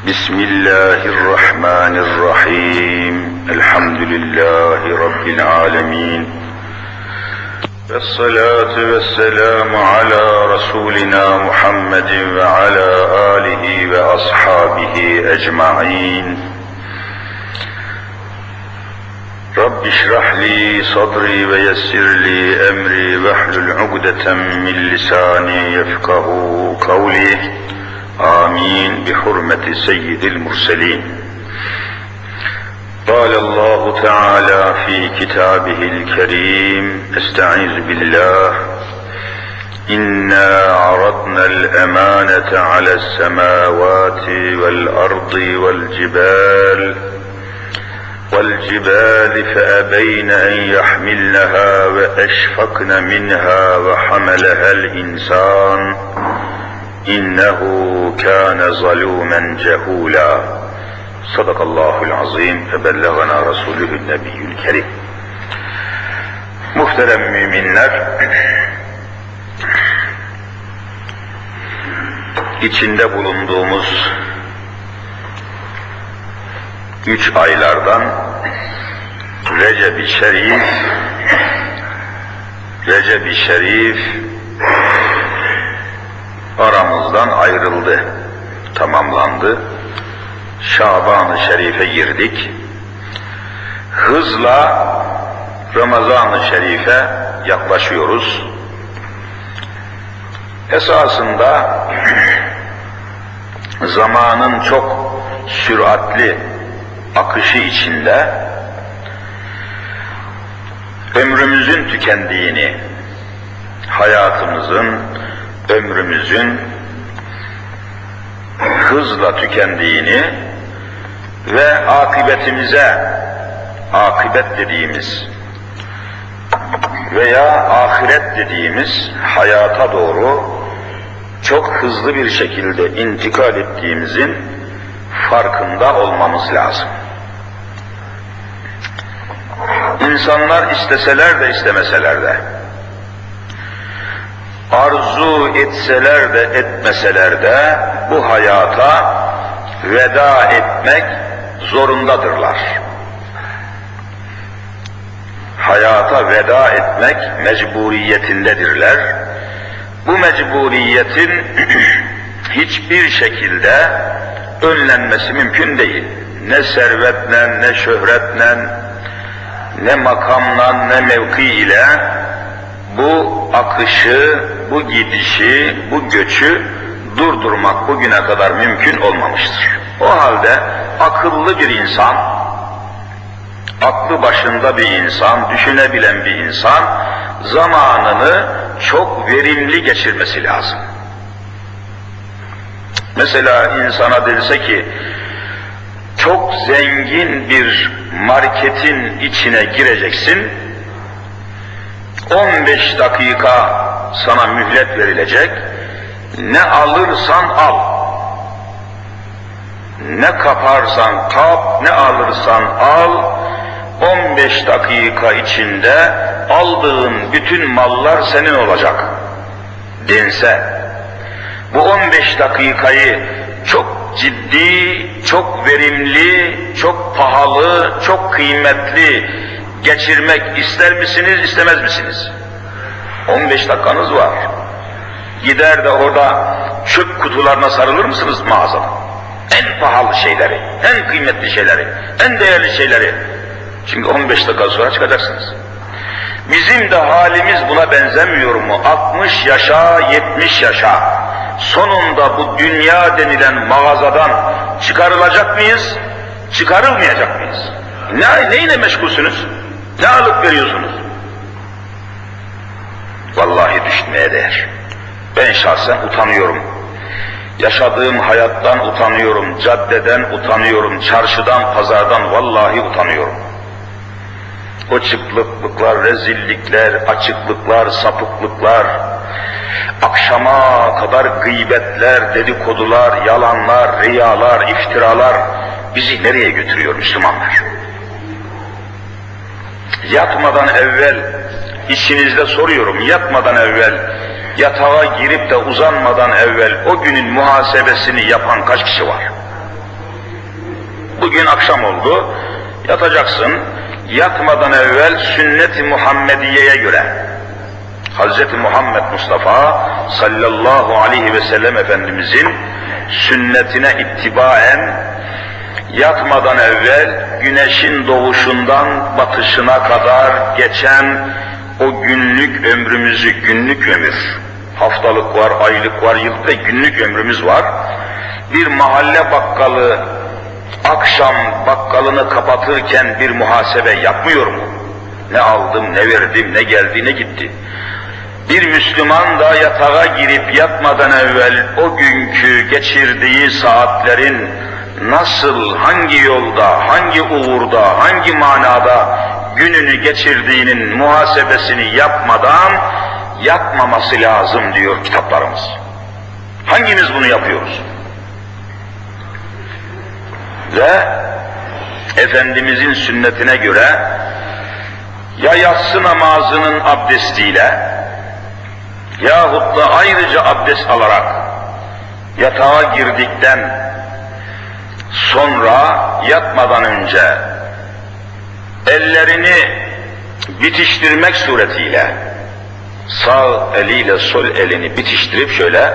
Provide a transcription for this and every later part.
Bismillahirrahmanirrahim. Elhamdülillahi Rabbil alemin. Vessalatu vesselamu ala Resulina Muhammedin ve ala alihi ve ashabihi ecma'in. Rabbi şrahli sadri ve yessirli emri ve hlul ugdeten min lisani yefkahu kavli. Amin. Bi hurmeti seyyidil murselin. قال الله تعالى في كتابه الكريم استعيذ بالله إنا عرضنا الأمانة على السماوات والأرض والجبال فأبين أن يحملنها وأشفقن منها وحملها الإنسان إنه كان ظلوما جهولا Sadakallahul azim ve bellagana Resulühün Nebiyyül Kerim. Muhterem müminler, içinde bulunduğumuz 3 aylardan Recep-i Şerif aramızdan ayrıldı, tamamlandı. Şaban-ı Şerif'e girdik. Hızla Ramazan-ı Şerif'e yaklaşıyoruz. Esasında zamanın çok süratli akışı içinde ömrümüzün tükendiğini, hayatımızın, ömrümüzün hızla tükendiğini ve akibet dediğimiz veya ahiret dediğimiz hayata doğru çok hızlı bir şekilde intikal ettiğimizin farkında olmamız lazım. İnsanlar isteseler de istemeseler de, arzu etseler de etmeseler de bu hayata veda etmek zorundadırlar. Hayata veda etmek mecburiyetindedirler. Bu mecburiyetin hiçbir şekilde önlenmesi mümkün değil. Ne servetle, ne şöhretle, ne makamla, ne mevki ile bu akışı, bu gidişi, bu göçü durdurmak bugüne kadar mümkün olmamıştır. O halde akıllı bir insan, aklı başında bir insan, düşünebilen bir insan zamanını çok verimli geçirmesi lazım. Mesela insana dense ki çok zengin bir marketin içine gireceksin, 15 dakika sana mühlet verilecek, ne alırsan al, ne kaparsan kap, ne alırsan al, 15 dakika içinde aldığın bütün mallar senin olacak dense, bu 15 dakikayı çok ciddi, çok verimli, çok pahalı, çok kıymetli geçirmek ister misiniz, istemez misiniz? 15 dakikanız var. Gider de orada çöp kutularına sarılır mısınız mağazada? En pahalı şeyleri, en kıymetli şeyleri, en değerli şeyleri. Çünkü 15 dakika sonra çıkacaksınız. Bizim de halimiz buna benzemiyor mu? 60 yaşa, 70 yaşa. Sonunda bu dünya denilen mağazadan çıkarılacak mıyız? Çıkarılmayacak mıyız? Neyle meşgulsünüz? Ne alıp veriyorsunuz? Vallahi düşünmeye değer. Ben şahsen utanıyorum. Yaşadığım hayattan utanıyorum, caddeden utanıyorum, çarşıdan, pazardan vallahi utanıyorum. O çıklıklıklar, rezillikler, açıklıklar, sapıklıklar, akşama kadar gıybetler, dedikodular, yalanlar, riyalar, iftiralar bizi nereye götürüyor Müslümanlar? Yatmadan evvel, içinizde soruyorum, yatmadan evvel, yatağa girip de uzanmadan evvel o günün muhasebesini yapan kaç kişi var? Bugün akşam oldu, yatacaksın. Yatmadan evvel sünnet-i Muhammediye'ye göre, Hz. Muhammed Mustafa sallallahu aleyhi ve sellem Efendimizin sünnetine ittibaen, yatmadan evvel güneşin doğuşundan batışına kadar geçen o günlük ömrümüzü, günlük ömür, haftalık var, aylık var, yıllık ve günlük ömrümüz var. Bir mahalle bakkalı akşam bakkalını kapatırken bir muhasebe yapmıyor mu? Ne aldım, ne verdim, ne geldi, ne gitti? Bir Müslüman da yatağa girip yatmadan evvel o günkü geçirdiği saatlerin nasıl, hangi yolda, hangi uğurda, hangi manada gününü geçirdiğinin muhasebesini yapmadan yatmaması lazım diyor kitaplarımız. Hangimiz bunu yapıyoruz? Ve Efendimizin sünnetine göre ya yatsı namazının abdestiyle yahut da ayrıca abdest alarak yatağa girdikten sonra yatmadan önce ellerini bitiştirmek suretiyle sağ eliyle sol elini bitiştirip şöyle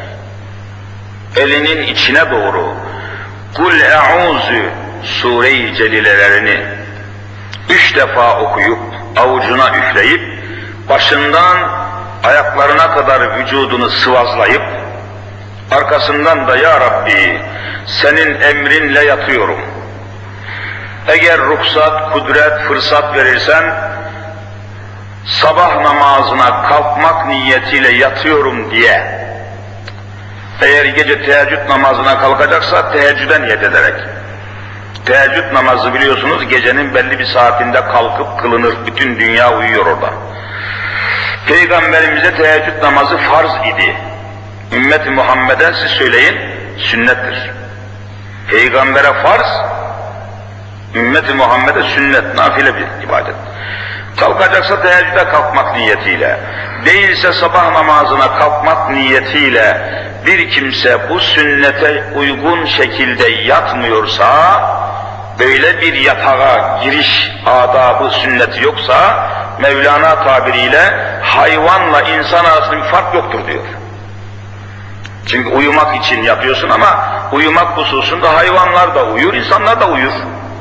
elinin içine doğru Kul e'ûzü sure-i celilelerini 3 defa okuyup avucuna üfleyip başından ayaklarına kadar vücudunu sıvazlayıp arkasından da ya Rabbi senin emrinle yatıyorum. Eğer ruhsat, kudret, fırsat verirsen sabah namazına kalkmak niyetiyle yatıyorum diye, eğer gece teheccüd namazına kalkacaksa teheccüde niyet ederek. Teheccüd namazı biliyorsunuz gecenin belli bir saatinde kalkıp kılınır. Bütün dünya uyuyor orada. Peygamberimize teheccüd namazı farz idi. Ümmet-i Muhammed'e siz söyleyin, sünnettir. Peygambere farz, ümmet-i Muhammed'e sünnet, nafile bir ibadet. Kalkacaksa teheccüde kalkmak niyetiyle, değilse sabah namazına kalkmak niyetiyle bir kimse bu sünnete uygun şekilde yatmıyorsa, böyle bir yatağa giriş adabı, sünneti yoksa, Mevlana tabiriyle hayvanla insan arasında bir fark yoktur diyor. Çünkü uyumak için yatıyorsun ama uyumak hususunda hayvanlar da uyur, insanlar da uyur.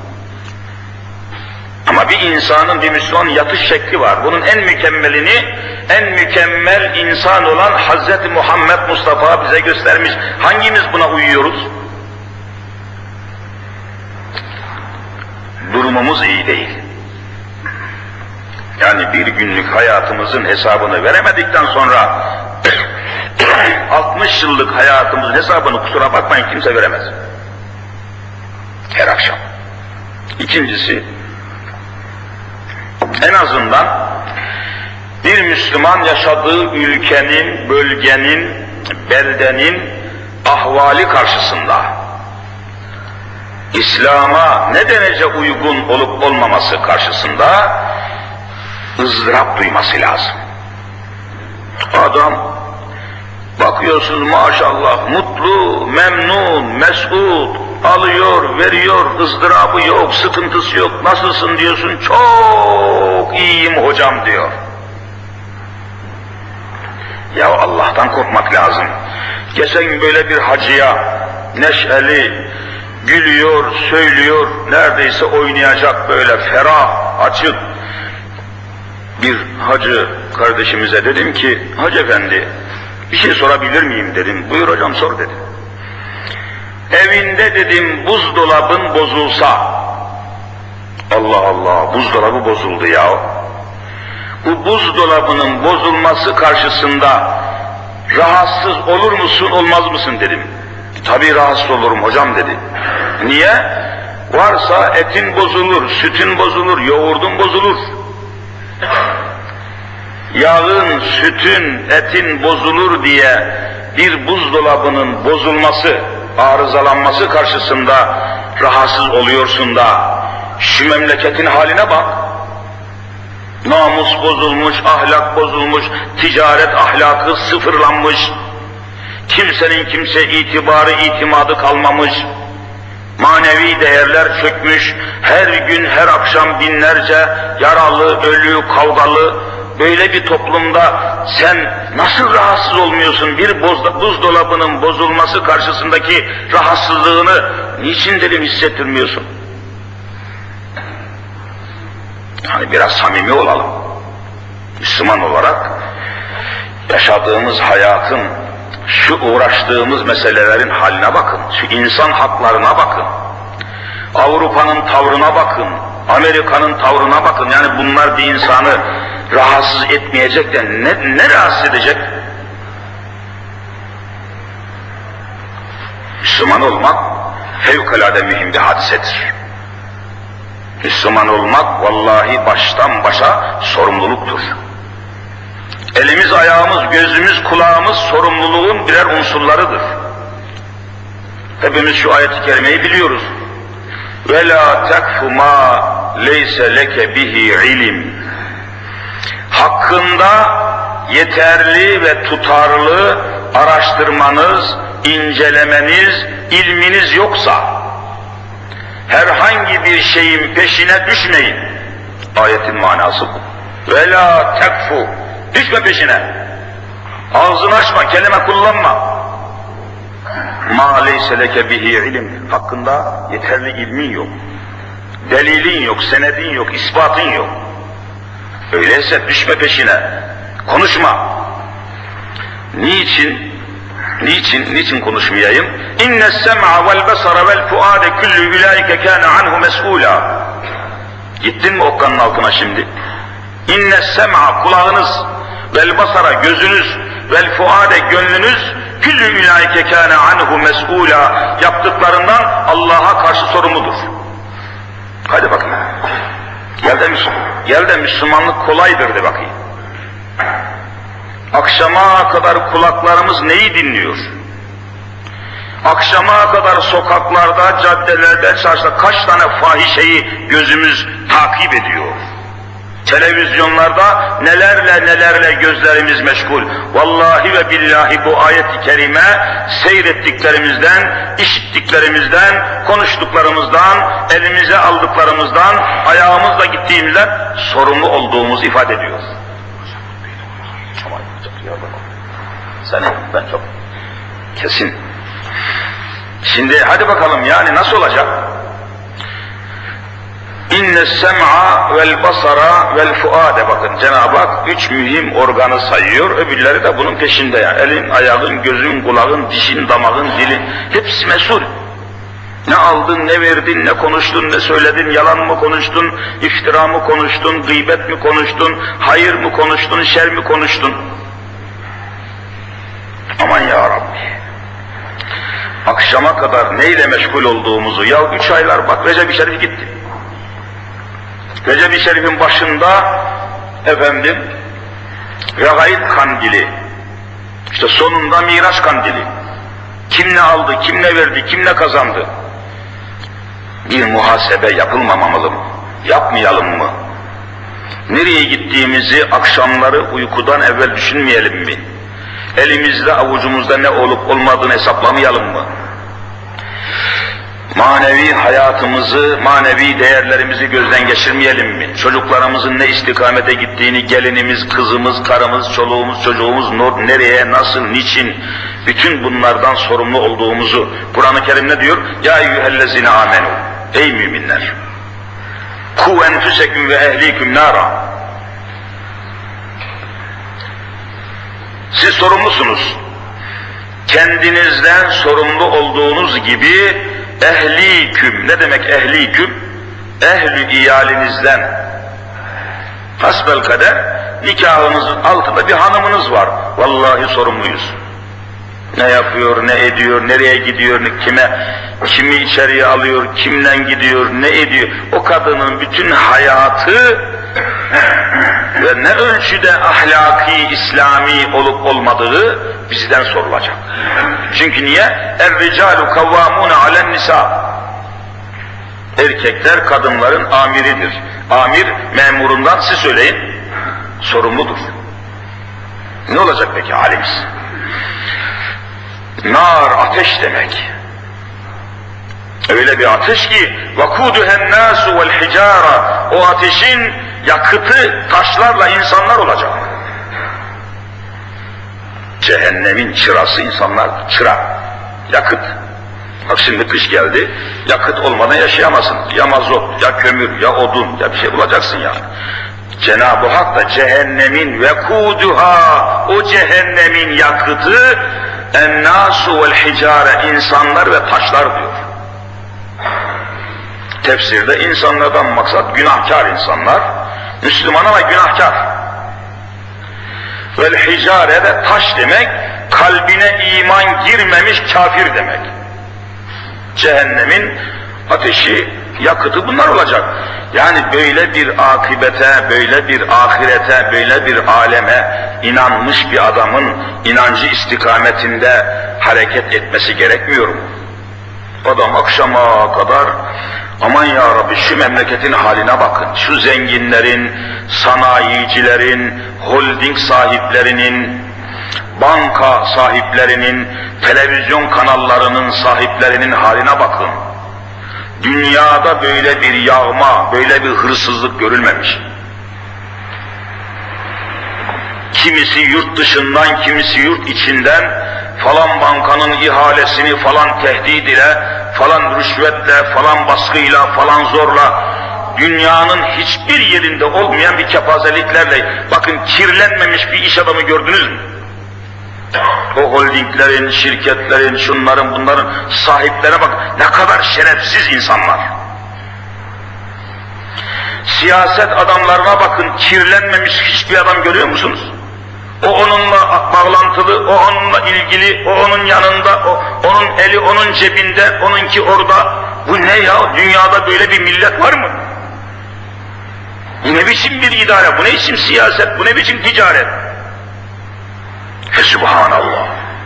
Ama bir insanın, bir Müslümanın yatış şekli var. Bunun en mükemmelini, en mükemmel insan olan Hazreti Muhammed Mustafa bize göstermiş. Hangimiz buna uyuyoruz? Durumumuz iyi değil. Yani bir günlük hayatımızın hesabını veremedikten sonra 60 yıllık hayatımızın hesabını kusura bakmayın kimse veremez. Her akşam. İkincisi, en azından bir Müslüman yaşadığı ülkenin, bölgenin, beldenin ahvali karşısında İslam'a ne derece uygun olup olmaması karşısında ızdırap duyması lazım. Adam bakıyorsunuz maşallah mutlu, memnun, mesut, alıyor, veriyor, ızdırabı yok, sıkıntısı yok. Nasılsın diyorsun, çok iyiyim hocam diyor. Ya Allah'tan korkmak lazım. Geçen gün böyle bir hacıya neşeli, gülüyor, söylüyor, neredeyse oynayacak böyle ferah, açık bir hacı kardeşimize dedim ki, Hacı efendi bir şey sorabilir miyim dedim. Buyur hocam sor dedim. Evinde dedim buzdolabın bozulsa, Allah Allah buzdolabı bozuldu ya. Bu buzdolabının bozulması karşısında rahatsız olur musun olmaz mısın dedim. Tabii rahatsız olurum hocam dedi. Niye? Varsa etin bozulur, sütün bozulur, yoğurdun bozulur. Yağın, sütün, etin bozulur diye bir buzdolabının bozulması, arızalanması karşısında rahatsız oluyorsun da şu memleketin haline bak. Namus bozulmuş, ahlak bozulmuş, ticaret ahlakı sıfırlanmış, kimsenin kimseye itibarı, itimadı kalmamış. Manevi değerler çökmüş, her gün, her akşam binlerce yaralı, ölü, kavgalı, böyle bir toplumda sen nasıl rahatsız olmuyorsun? Bir buzdolabının bozulması karşısındaki rahatsızlığını niçin dedim hissettirmiyorsun? Hani biraz samimi olalım. Müslüman olarak yaşadığımız hayatın, şu uğraştığımız meselelerin haline bakın, şu insan haklarına bakın, Avrupa'nın tavrına bakın, Amerika'nın tavrına bakın. Yani bunlar bir insanı rahatsız etmeyecek de ne rahatsız edecek? Müslüman olmak fevkalade mühim bir hadisedir. Müslüman olmak vallahi baştan başa sorumluluktur. Elimiz, ayağımız, gözümüz, kulağımız sorumluluğun birer unsurlarıdır. Hepimiz şu ayet-i kerimeyi biliyoruz. وَلَا تَكْفُ مَا لَيْسَ لَكَ بِهِ عِلِمٍ. Hakkında yeterli ve tutarlı araştırmanız, incelemeniz, ilminiz yoksa herhangi bir şeyin peşine düşmeyin. Ayetin manası bu. وَلَا تَكْفُ. Düşme peşine. Ağzını açma, kelime kullanma. مَا لَيْسَ لَكَ بِهِ ilim. Hakkında yeterli ilmin yok. Delilin yok, senedin yok, ispatın yok. Öyleyse düşme peşine. Konuşma. Niçin konuşmayayım? اِنَّ السَّمْعَ وَالْبَصَرَ وَالْفُؤَادَ كُلُّ اُولَٰئِكَ كَانَ عَنْهُ مَسْئُولًا. Gittin mi okkanın altına şimdi? اِنَّ السَّمْعَ kulağınız, وَالْبَصَرَ gözünüz, وَالْفُؤَادَ gönlünüz, كُلُّ اُولَٰئِكَ كَانَ عَنْهُ مَسْئُولًا. Yaptıklarından Allah'a karşı sorumludur. Hadi bakayım. Gel de Müslümanlık kolaydır de bakayım. Akşama kadar kulaklarımız neyi dinliyor? Akşama kadar sokaklarda, caddelerde, çarşıda kaç tane fahişeyi gözümüz takip ediyor? Televizyonlarda nelerle gözlerimiz meşgul. Vallahi ve billahi bu ayet-i kerime seyrettiklerimizden, işittiklerimizden, konuştuklarımızdan, elimize aldıklarımızdan, ayağımızla gittiğimizden sorumlu olduğumuz ifade ediyor. Ben çok kesin. Şimdi hadi bakalım yani nasıl olacak? İnne sem'a vel basara vel fuade, bakın Cenab-ı Hak 3 mühim organı sayıyor, öbürleri de bunun peşinde yani. Elin, ayağın, gözün, kulağın, dişin, damağın, dilin hepsi mesul. Ne aldın, ne verdin, ne konuştun, ne söyledin, yalan mı konuştun, iftira mı konuştun, gıybet mi konuştun, hayır mı konuştun, şer mi konuştun? Aman ya Rabbi! Akşama kadar neyle meşgul olduğumuzu, ya 3 aylar bak Recep-i Şerif gitti. Recep-i Şerif'in başında efendim Regaib kandili, işte sonunda Miraç kandili. Kim ne aldı, kim ne verdi, kim ne kazandı? Bir muhasebe yapılmamalı mı? Yapmayalım mı? Nereye gittiğimizi akşamları uykudan evvel düşünmeyelim mi? Elimizde, avucumuzda ne olup olmadığını hesaplamayalım mı? Manevi hayatımızı, manevi değerlerimizi gözden geçirmeyelim mi? Çocuklarımızın ne istikamete gittiğini, gelinimiz, kızımız, karımız, çoluğumuz, çocuğumuz nereye, nasıl, niçin, bütün bunlardan sorumlu olduğumuzu Kur'an-ı Kerim ne diyor? Ya eyyühellezine amenu, ey müminler! Ku enfüseküm ve ehliküm nara. Siz sorumlusunuz. Kendinizden sorumlu olduğunuz gibi ehliküm, ne demek ehliküm? Ehlü iyalinizden. Hasbelkader nikahınızın altında bir hanımınız var. Vallahi sorumluyuz. Ne yapıyor, ne ediyor, nereye gidiyor, kimi içeriye alıyor, kimden gidiyor, ne ediyor? O kadının bütün hayatı ve ne ölçüde ahlaki, İslami olup olmadığı bizden sorulacak. Çünkü niye? Er-ricalu kavvamune alen nisa. Erkekler kadınların amiridir. Amir memurundan siz söyleyin, sorumludur. Ne olacak peki halimiz? Nar, ateş demek. Öyle bir ateş ki وَقُودُهَا النَّاسُ وَالْحِجَارَ o ateşin yakıtı taşlarla insanlar olacak. Cehennemin çırası insanlar, çıra, yakıt. Bak şimdi kış geldi, yakıt olmadan yaşayamazsınız. Ya mazot, ya kömür, ya odun, ya bir şey bulacaksın yani. Cenab-ı Hak da cehennemin vekuduha, o cehennemin yakıtı ennâsu vel hicâre, insanlar ve taşlar diyor. Tefsirde insanlardan maksat günahkar insanlar, Müslüman ama günahkar. Vel hicâre de taş demek, kalbine iman girmemiş kafir demek. Cehennemin ateşi, yakıtı bunlar olacak. Yani böyle bir akibete, böyle bir ahirete, böyle bir aleme inanmış bir adamın inancı istikametinde hareket etmesi gerekmiyor mu? Adam akşama kadar aman ya Rabbi şu memleketin haline bakın, şu zenginlerin, sanayicilerin, holding sahiplerinin, banka sahiplerinin, televizyon kanallarının sahiplerinin haline bakın. Dünyada böyle bir yağma, böyle bir hırsızlık görülmemiş. Kimisi yurt dışından, kimisi yurt içinden falan bankanın ihalesini falan tehdit ile, falan rüşvetle, falan baskıyla, falan zorla, dünyanın hiçbir yerinde olmayan bir kepazeliklerle, bakın kirlenmemiş bir iş adamı gördünüz mü? O holdinglerin, şirketlerin, şunların, bunların sahiplerine bak, ne kadar şerefsiz insanlar. Siyaset adamlarına bakın, kirlenmemiş hiçbir adam görüyor musunuz? O onunla bağlantılı, o onunla ilgili, o onun yanında, onun eli onun cebinde, onunki orada. Bu ne ya? Dünyada böyle bir millet var mı? Bu ne biçim bir idare, bu ne biçim siyaset, bu ne biçim ticaret? Subhanallah.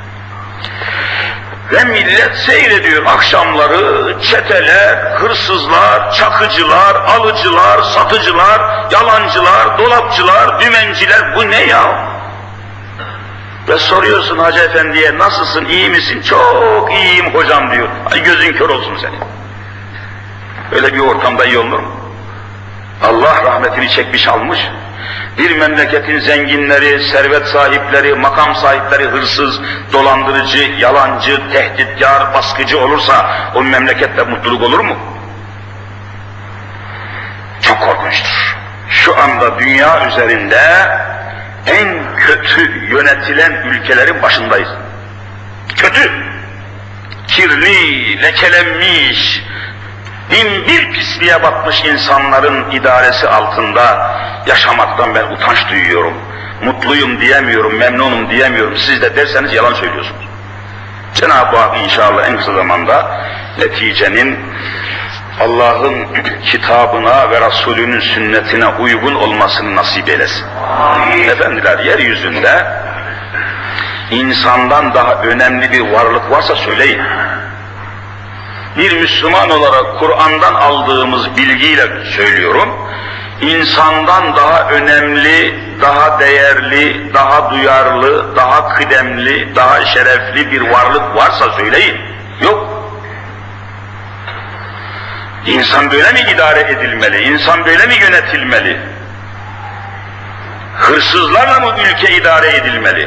Ve millet seyrediyor akşamları, çeteler, hırsızlar, çakıcılar, alıcılar, satıcılar, yalancılar, dolapçılar, dümenciler, bu ne ya? Ve soruyorsun Hacı Efendi'ye, nasılsın, iyi misin? Çok iyiyim hocam diyor. Ay gözün kör olsun senin. Öyle bir ortamda iyi olur mu? Allah rahmetini çekmiş almış. Bir memleketin zenginleri, servet sahipleri, makam sahipleri hırsız, dolandırıcı, yalancı, tehditkar, baskıcı olursa o memlekette mutluluk olur mu? Çok korkunçtur. Şu anda dünya üzerinde en kötü yönetilen ülkelerin başındayız. Kötü, kirli, lekelenmiş, bin bir pisliğe batmış insanların idaresi altında yaşamaktan ben utanç duyuyorum. Mutluyum diyemiyorum, memnunum diyemiyorum. Siz de derseniz yalan söylüyorsunuz. Cenab-ı Hak inşallah en kısa zamanda neticenin Allah'ın kitabına ve Resulünün sünnetine uygun olmasını nasip eylesin. Efendiler, yeryüzünde insandan daha önemli bir varlık varsa söyleyin. Bir Müslüman olarak Kur'an'dan aldığımız bilgiyle söylüyorum, insandan daha önemli, daha değerli, daha duyarlı, daha kıdemli, daha şerefli bir varlık varsa söyleyin. Yok. İnsan böyle mi idare edilmeli? İnsan böyle mi yönetilmeli? Hırsızlarla mı ülke idare edilmeli?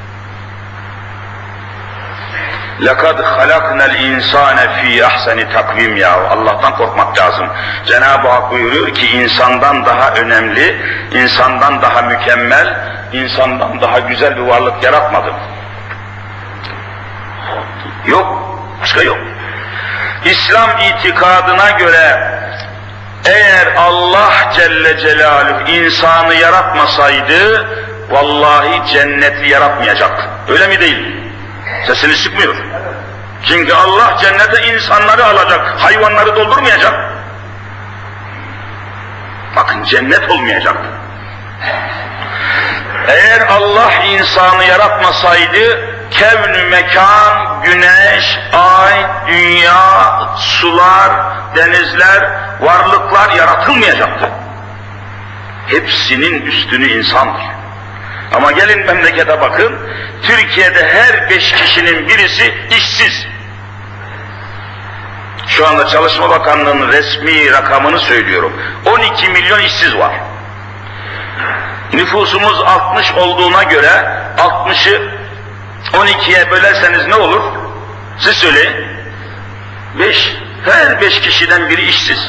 لَقَدْ خَلَقْنَا الْاِنْسَانَ ف۪ي اَحْسَنِ takvim ya. Allah'tan korkmak lazım. Cenab-ı Hak buyuruyor ki insandan daha önemli, insandan daha mükemmel, insandan daha güzel bir varlık yaratmadım. Yok, başka yok. İslam itikadına göre eğer Allah Celle Celaluhu insanı yaratmasaydı vallahi cenneti yaratmayacaktı. Öyle mi değil? Sesiniz çıkmıyor. Çünkü Allah cennete insanları alacak, hayvanları doldurmayacak. Bakın cennet olmayacak. Eğer Allah insanı yaratmasaydı kevn-ü mekan, güneş, ay, dünya, sular, denizler, varlıklar yaratılmayacaktı. Hepsinin üstünü insandır. Ama gelin memlekete bakın, Türkiye'de her 5 kişinin birisi işsiz. Şu anda Çalışma Bakanlığı'nın resmi rakamını söylüyorum. 12 milyon işsiz var. Nüfusumuz 60 olduğuna göre 60'ı 12'ye bölerseniz ne olur? Siz söyleyin. 5. Her 5 kişiden biri işsiz.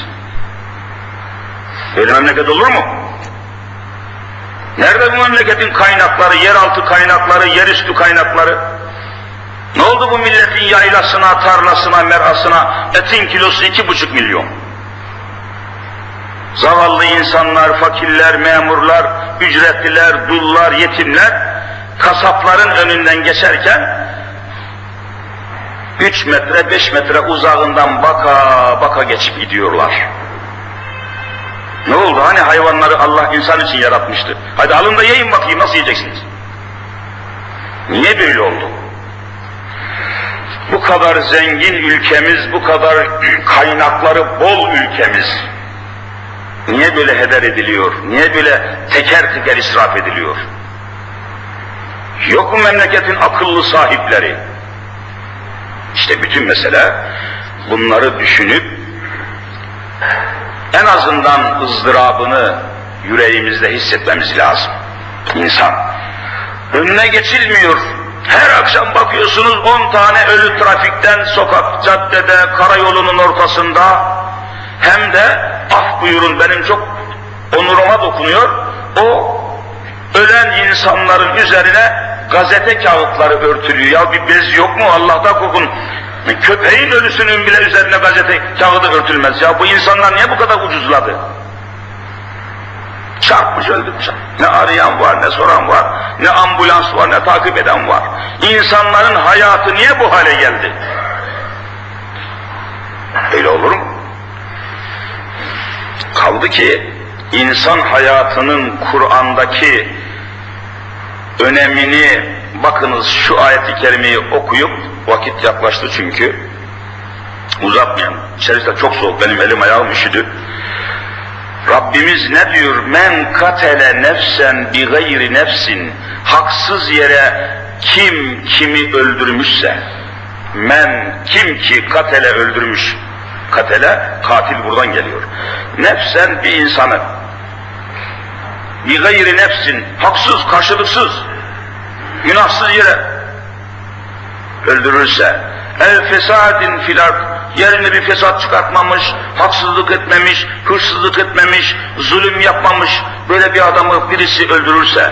Böyle memleket olur mu? Nerede bu memleketin kaynakları, yeraltı kaynakları, yerüstü kaynakları? Ne oldu bu milletin yaylasına, tarlasına, merasına? Etin kilosu 2,5 milyon. Zavallı insanlar, fakirler, memurlar, ücretliler, dullar, yetimler kasapların önünden geçerken 3 metre, 5 metre uzağından baka baka geçip gidiyorlar. Ne oldu? Hani hayvanları Allah insan için yaratmıştı. Hadi alın da yiyin bakayım, nasıl yiyeceksiniz? Niye böyle oldu? Bu kadar zengin ülkemiz, bu kadar kaynakları bol ülkemiz niye böyle heder ediliyor? Niye böyle teker teker israf ediliyor? Yok mu memleketin akıllı sahipleri? İşte bütün mesele bunları düşünüp en azından ızdırabını yüreğimizde hissetmemiz lazım. İnsan önüne geçilmiyor. Her akşam bakıyorsunuz 10 tane ölü trafikten, sokak, caddede, karayolunun ortasında. Hem de af buyurun, benim çok onuruma dokunuyor. O ölen insanların üzerine gazete kağıtları örtülüyor. Ya bir bez yok mu? Allah'tan korkun. Köpeğin ölüsünün bile üzerine gazete kağıdı örtülmez. Ya bu insanlar niye bu kadar ucuzladı? Çarpmış öldürmüş. Ne arayan var, ne soran var, ne ambulans var, ne takip eden var. İnsanların hayatı niye bu hale geldi? Öyle olur mu? Kaldı ki insan hayatının Kur'an'daki önemini, bakınız şu ayet-i kerimeyi okuyup, vakit yaklaştı çünkü, uzatmayalım. İçerisi çok soğuk, benim elim ayağım üşüdü. Rabbimiz ne diyor? Men katele nefsen bi gayri nefsin, haksız yere kim kimi öldürmüşse, men kim ki katele öldürmüş, katele katil buradan geliyor. Nefsen bir insanı, bi gayri nefsin, haksız, karşılıksız, günahsız yere öldürürse, el fesadin fil ard, yerine bir fesat çıkartmamış, haksızlık etmemiş, hırsızlık etmemiş, zulüm yapmamış, böyle bir adamı birisi öldürürse,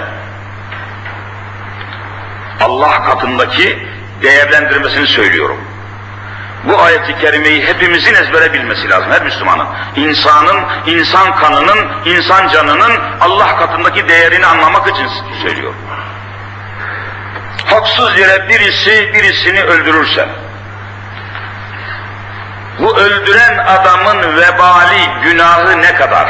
Allah katındaki değerlendirmesini söylüyorum. Bu ayet-i kerimeyi hepimizin ezbere bilmesi lazım, her Müslümanın. İnsanın, insan kanının, insan canının Allah katındaki değerini anlamak için söylüyorum. Haksız yere birisi birisini öldürürse, bu öldüren adamın vebali, günahı ne kadar?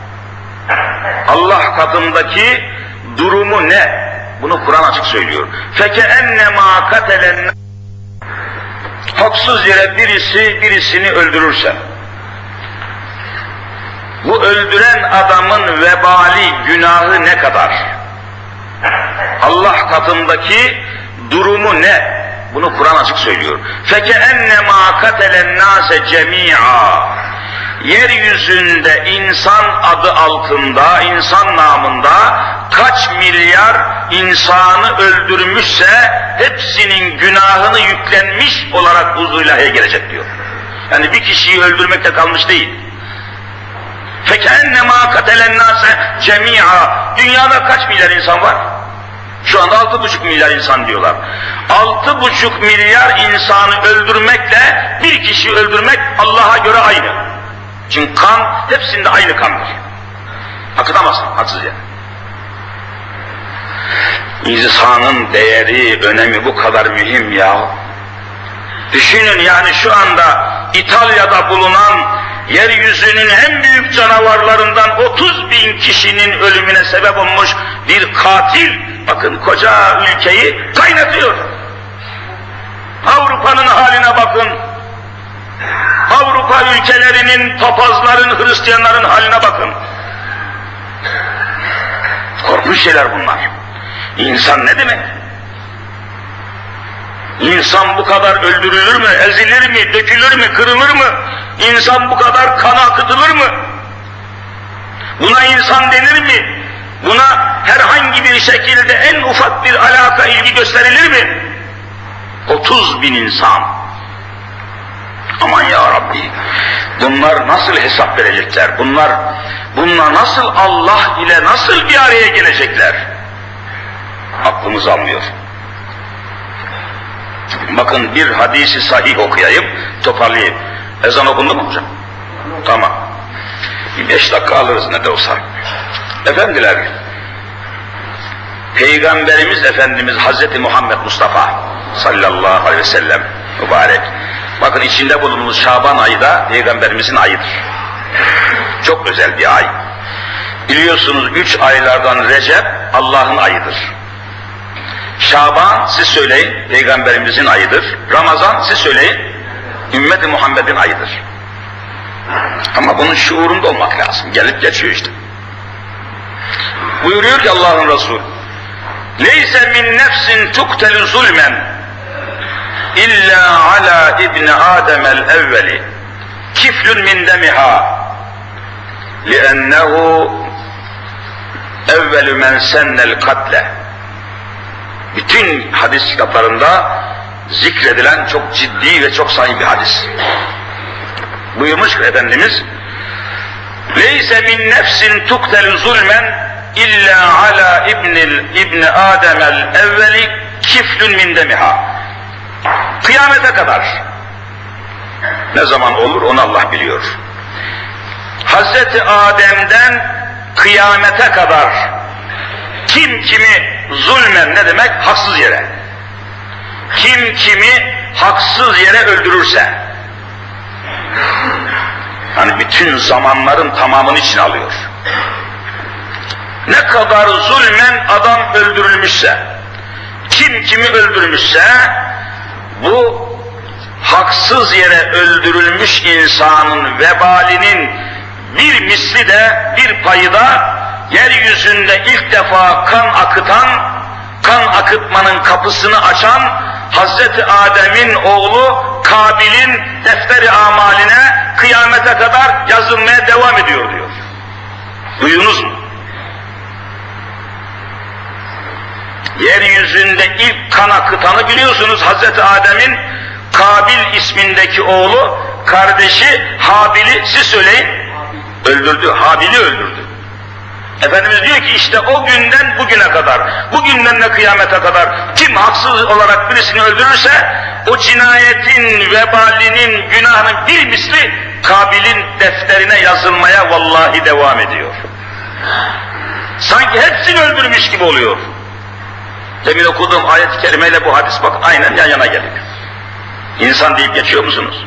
Allah katındaki durumu ne? Bunu Kur'an açık söylüyor. فَكَأَنَّمَا قَتَلَ Haksız yere birisi birisini öldürürse, bu öldüren adamın vebali, günahı ne kadar? Allah katındaki durumu ne? Bunu Kur'an açık söylüyor. فَكَأَنَّمَا قَتَلَ النَّاسَ جَمِيعًا Yeryüzünde insan adı altında, insan namında kaç milyar insanı öldürmüşse hepsinin günahını yüklenmiş olarak huzur-u ilahiye gelecek diyor. Yani bir kişiyi öldürmekte kalmış değil. فَكَأَنَّمَا قَتَلَ النَّاسَ جَمِيعًا Dünyada kaç milyar insan var? Şu anda 6,5 milyar insan diyorlar. 6,5 milyar insanı öldürmekle bir kişi öldürmek Allah'a göre aynı. Çünkü kan hepsinde aynı kandır. Akıtamazsın haksız yere. İnsanın değeri, önemi bu kadar mühim ya. Düşünün yani şu anda İtalya'da bulunan yeryüzünün en büyük canavarlarından 30.000 kişinin ölümüne sebep olmuş bir katil, bakın koca ülkeyi kaynatıyor. Avrupa'nın haline bakın. Avrupa ülkelerinin, papazların, Hristiyanların haline bakın. Korkunç şeyler bunlar. İnsan ne demek? İnsan bu kadar öldürülür mü, ezilir mi, dökülür mü, kırılır mı? İnsan bu kadar kan akıtılır mı? Buna insan denir mi? Buna herhangi bir şekilde en ufak bir alaka, ilgi gösterilir mi? 30 bin insan. Aman ya Rabbi, bunlar nasıl hesap verecekler? Bunlar nasıl Allah ile nasıl bir araya gelecekler? Aklımız almıyor. Bakın bir hadisi sahih okuyayım, toparlayayım. Ezan okundu mu hocam? Tamam. Bir 5 dakika alırız ne de olsa. Efendiler, Peygamberimiz Efendimiz Hazreti Muhammed Mustafa sallallahu aleyhi ve sellem mübarek. Bakın içinde bulunduğumuz Şaban ayı da Peygamberimizin ayıdır. Çok özel bir ay. Biliyorsunuz 3 aylardan Recep Allah'ın ayıdır. Şaban siz söyleyin Peygamberimizin ayıdır. Ramazan siz söyleyin Ümmet-i Muhammed'in ayıdır. Ama bunun şuurunda olmak lazım. Gelip geçiyor işte. Buyuruyor ki Allah'ın Resulü, "Leyse min nefsin tuqtelu zulmen illa ala ibni Adem'el evveli kiflun min demiha li'ennehu evvelü men sennel katle." Bütün hadis kitaplarında zikredilen çok ciddi ve çok sahih bir hadis. Buyurmuş ki Efendimiz, "Leyse min nefsin tuqtelu zulmen illa ala ibni Adem'el evveli kiflun min demiha." Kıyamete kadar. Ne zaman olur onu Allah biliyor. Hazreti Adem'den kıyamete kadar kim kimi zulmen ne demek? Haksız yere. Kim kimi haksız yere öldürürse, yani bütün zamanların tamamını içine alıyor. Ne kadar zulmen adam öldürülmüşse, kim kimi öldürmüşse, bu haksız yere öldürülmüş insanın vebalinin bir misli de, bir payı da yeryüzünde ilk defa kan akıtan, kan akıtmanın kapısını açan Hazreti Adem'in oğlu Kabil'in defteri amaline kıyamete kadar yazılmaya devam ediyor diyor. Duyunuz mu? Yeryüzünde ilk kan akıtanı biliyorsunuz Hazreti Adem'in Kabil ismindeki oğlu, kardeşi Habil'i siz söyleyin, öldürdü, Habil'i öldürdü. Efendimiz diyor ki işte o günden bugüne kadar, bugünden de kıyamete kadar kim haksız olarak birisini öldürürse o cinayetin, vebalinin, günahının bir misli Kabil'in defterine yazılmaya vallahi devam ediyor. Sanki hepsini öldürmüş gibi oluyor. Demin okuduğum ayet-i kerimeyle bu hadis bak aynen yan yana geliyor. İnsan deyip geçiyor musunuz?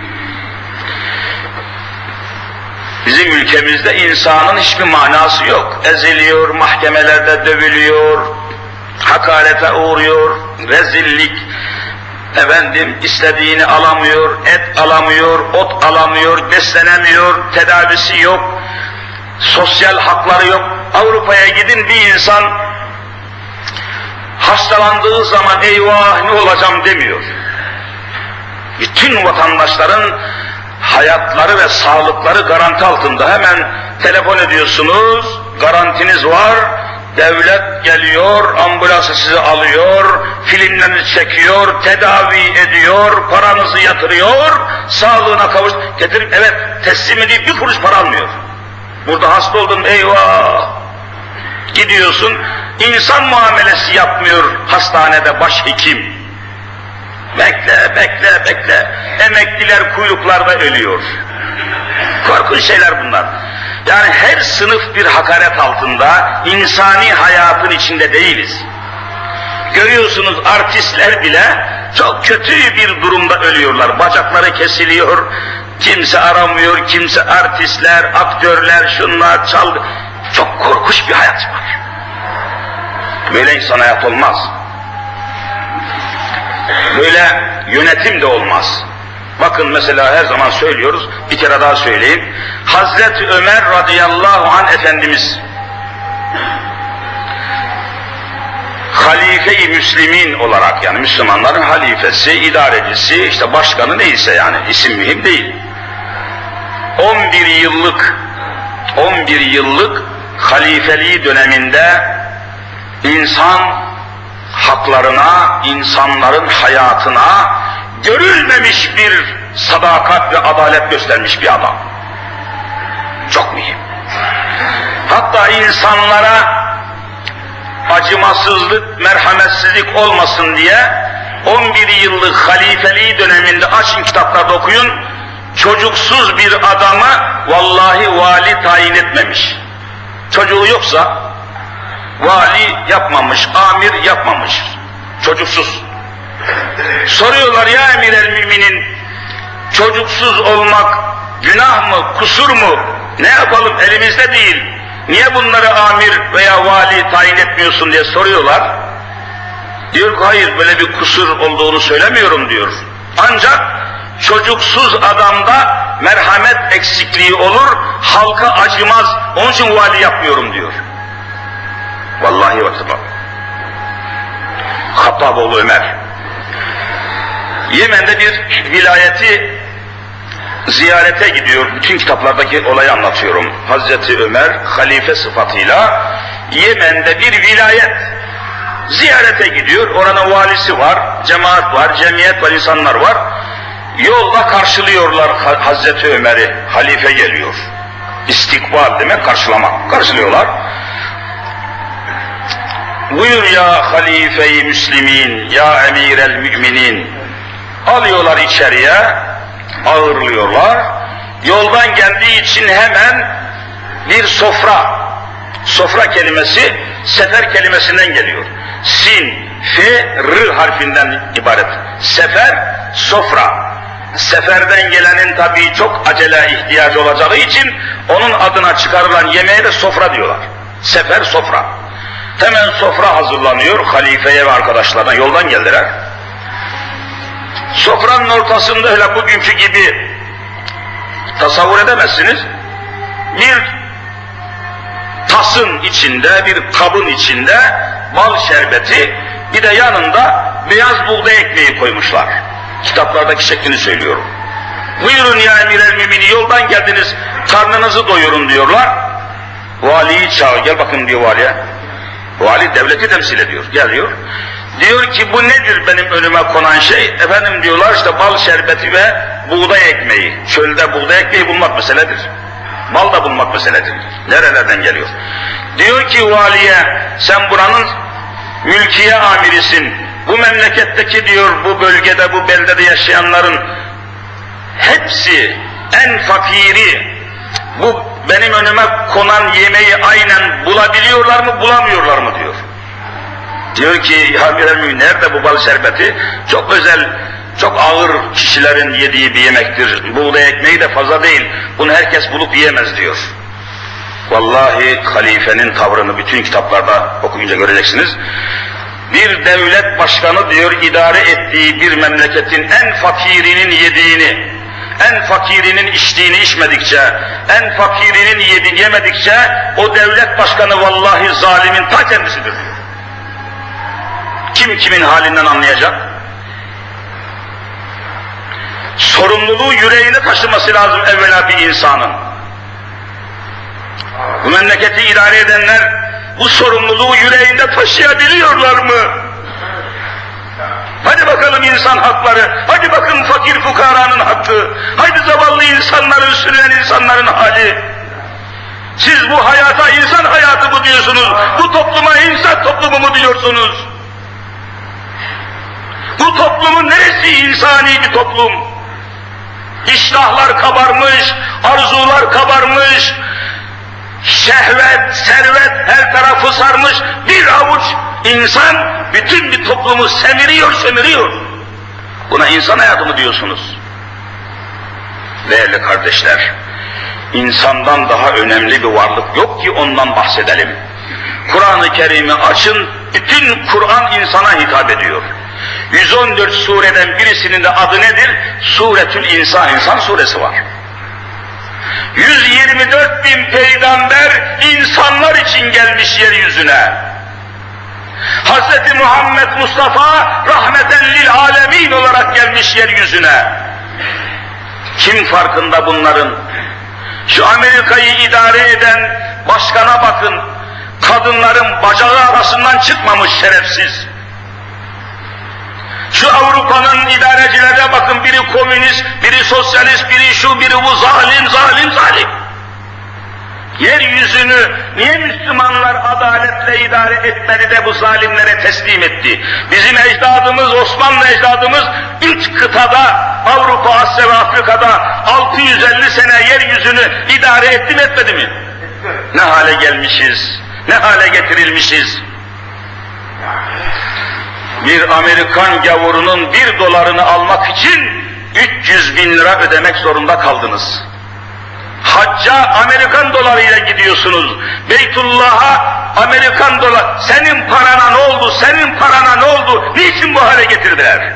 Bizim ülkemizde insanın hiçbir manası yok. Eziliyor, mahkemelerde dövülüyor, hakarete uğruyor, rezillik, istediğini alamıyor, et alamıyor, ot alamıyor, beslenemiyor, tedavisi yok, sosyal hakları yok. Avrupa'ya gidin bir insan hastalandığı zaman eyvah ne olacağım demiyor. Bütün vatandaşların hayatları ve sağlıkları garanti altında. Hemen telefon ediyorsunuz, garantiniz var, devlet geliyor, ambulansı sizi alıyor, filmlerinizi çekiyor, tedavi ediyor, paranızı yatırıyor, sağlığına getirip evet teslim edip bir kuruş para almıyor. Burada hasta oldun eyvah, gidiyorsun, insan muamelesi yapmıyor hastanede başhekim. Bekle, bekle, bekle. Emekliler kuyruklarda ölüyor. Korkunç şeyler bunlar. Yani her sınıf bir hakaret altında, insani hayatın içinde değiliz. Görüyorsunuz artistler bile çok kötü bir durumda ölüyorlar. Bacakları kesiliyor, kimse aramıyor, kimse artistler, aktörler, şunlar çaldı. Çok korkunç bir hayat var. Böyle insan hayat olmaz. Böyle yönetim de olmaz. Bakın mesela her zaman söylüyoruz, bir kere daha söyleyeyim. Hazreti Ömer radıyallahu anh Efendimiz, halife-i Müslimin olarak, yani Müslümanların halifesi, idarecisi, işte başkanı neyse yani, isim mühim değil. 11 yıllık halifeliği döneminde insan haklarına, insanların hayatına görülmemiş bir sadakat ve adalet göstermiş bir adam. Çok mühim. Hatta insanlara acımasızlık, merhametsizlik olmasın diye 11 yıllık halifeliği döneminde açın kitaplarda okuyun, çocuksuz bir adama vallahi vali tayin etmemiş. Çocuğu yoksa vali yapmamış, amir yapmamış. Çocuksuz. Soruyorlar ya emir el müminin, çocuksuz olmak günah mı, kusur mu? Ne yapalım, elimizde değil. Niye bunları amir veya vali tayin etmiyorsun diye soruyorlar. Diyor ki hayır, böyle bir kusur olduğunu söylemiyorum diyor. Ancak çocuksuz adamda merhamet eksikliği olur, halka acımaz, onun için vali yapmıyorum diyor. Vallahi bak. Hattaboğlu Ömer. Yemen'de bir vilayeti ziyarete gidiyor. Bütün kitaplardaki olayı anlatıyorum. Hazreti Ömer halife sıfatıyla Yemen'de bir vilayet ziyarete gidiyor. Oranın valisi var, cemaat var, cemiyet var, insanlar var. Yolda karşılıyorlar Hazreti Ömer'i. Halife geliyor. İstikbal demek karşılamak. Karşılıyorlar. Buyur ya halife-i müslimin, ya emir-el müminin. Alıyorlar içeriye, ağırlıyorlar. Yoldan geldiği için hemen bir sofra kelimesi sefer kelimesinden geliyor. Sin, fe, r harfinden ibaret. Sefer, sofra. Seferden gelenin tabii çok acele ihtiyacı olacağı için onun adına çıkarılan yemeğe de sofra diyorlar. Sefer, sofra. Hemen sofra hazırlanıyor halifeye ve arkadaşlarına, yoldan geldiler. Sofranın ortasında öyle bugünkü gibi tasavvur edemezsiniz. Bir tasın içinde, bir kabın içinde bal şerbeti, bir de yanında beyaz buğday ekmeği koymuşlar. Kitaplardaki şeklini söylüyorum. Buyurun ya emir-el mümini, yoldan geldiniz, karnınızı doyurun diyorlar. Valiyi çağır, gel bakın diyor valiye. Vali devleti temsil ediyor, geliyor. Diyor ki bu nedir benim önüme konan şey? Efendim diyorlar işte bal şerbeti ve buğday ekmeği. Çölde buğday ekmeği bulmak meseledir. Bal da bulmak meseledir. Nerelerden geliyor? Diyor ki valiye, sen buranın mülkiye amirisin. Bu memleketteki diyor, bu bölgede, bu beldede yaşayanların hepsi en fakiri, bu benim önüme konan yemeği aynen bulabiliyorlar mı, bulamıyorlar mı diyor. Diyor ki ya emir-el-müminin, nerede bu bal şerbeti? Çok özel, çok ağır kişilerin yediği bir yemektir. Buğday ekmeği de fazla değil. Bunu herkes bulup yiyemez diyor. Vallahi halifenin tavrını bütün kitaplarda okuyunca göreceksiniz. Bir devlet başkanı diyor, idare ettiği bir memleketin en fakirinin yediğini, en fakirinin içtiğini içmedikçe, en fakirinin yediğini yemedikçe o devlet başkanı vallahi zalimin ta kendisidir diyor. Kim kimin halinden anlayacak? Sorumluluğu yüreğine taşıması lazım evvela bir insanın. Bu memleketi idare edenler bu sorumluluğu yüreğinde taşıyabiliyorlar mı? Hadi bakalım insan hakları, hadi bakın fakir fukaranın hakkı, hadi zavallı insanların, sürünen insanların hali. Siz bu hayata insan hayatı mı diyorsunuz? Bu topluma insan toplumu mu diyorsunuz? Bu toplumun neresi insani bir toplum? İştahlar kabarmış, arzular kabarmış, şehvet, servet her tarafı sarmış, bir avuç insan bütün bir toplumu semiriyor. Buna insan hayatı mı diyorsunuz? Değerli kardeşler, insandan daha önemli bir varlık yok ki ondan bahsedelim. Kur'an-ı Kerim'i açın, bütün Kur'an insana hitap ediyor. 114 sureden birisinin de adı nedir? Suretül İnsan, İnsan suresi var. 124 bin peygamber insanlar için gelmiş yeryüzüne. Hz. Muhammed Mustafa rahmeten lil alemin olarak gelmiş yeryüzüne. Kim farkında bunların? Şu Amerika'yı idare eden başkana bakın, kadınların bacağı arasından çıkmamış şerefsiz. Şu Avrupa'nın idarecilerine bakın, biri komünist, biri sosyalist, biri şu, biri bu, zalim, zalim, zalim. Yeryüzünü niye Müslümanlar adaletle idare etmedi de bu zalimlere teslim etti? Bizim ecdadımız, Osmanlı ecdadımız 3 kıtada, Avrupa, Asya ve Afrika'da 650 sene yeryüzünü idare etti mi etmedi mi? Ne hale gelmişiz, ne hale getirilmişiz? Bir Amerikan gavurunun 1 dolarını almak için 300 bin lira ödemek zorunda kaldınız. Hacca Amerikan dolarıyla gidiyorsunuz. Beytullah'a Amerikan dolar. Senin parana ne oldu? Senin parana ne oldu? Niçin bu hale getirdiler?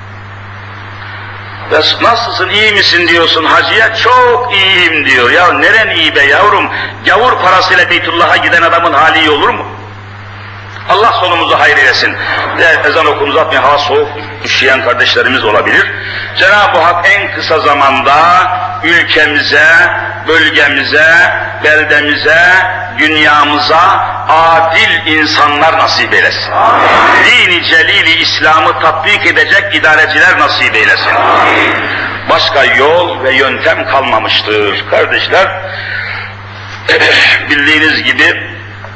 Ve nasılsın, iyi misin diyorsun hacıya, çok iyiyim diyor. Ya neren iyi be yavrum? Gavur parasıyla Beytullah'a giden adamın hali iyi olur mu? Allah sonumuzu hayır eylesin. Ezan okumuz atmayın, hava soğuk, üşüyen kardeşlerimiz olabilir. Cenab-ı Hak en kısa zamanda ülkemize, bölgemize, beldemize, dünyamıza adil insanlar nasip eylesin. Din-i celil-i İslam'ı tatbik edecek idareciler nasip eylesin. Başka yol ve yöntem kalmamıştır kardeşler. Bildiğiniz gibi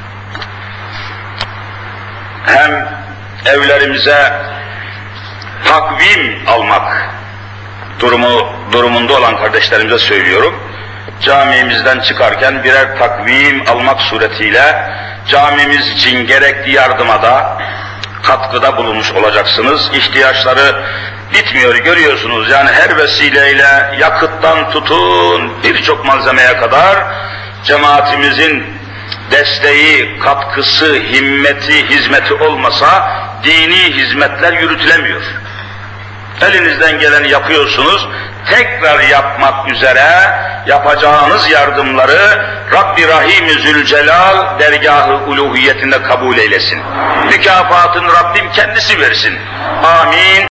hem evlerimize takvim almak durumunda olan kardeşlerimize söylüyorum. Camimizden çıkarken birer takvim almak suretiyle camimiz için gerekli yardıma da katkıda bulunmuş olacaksınız. İhtiyaçları bitmiyor, görüyorsunuz. Yani her vesileyle yakıttan tutun birçok malzemeye kadar cemaatimizin desteği, katkısı, himmeti, hizmeti olmasa dini hizmetler yürütülemiyor. Elinizden geleni yapıyorsunuz, tekrar yapmak üzere yapacağınız yardımları Rabbi Rahim-i Zülcelal dergâh-ı uluhiyetinde kabul eylesin. Mükafatını Rabbim kendisi versin. Amin.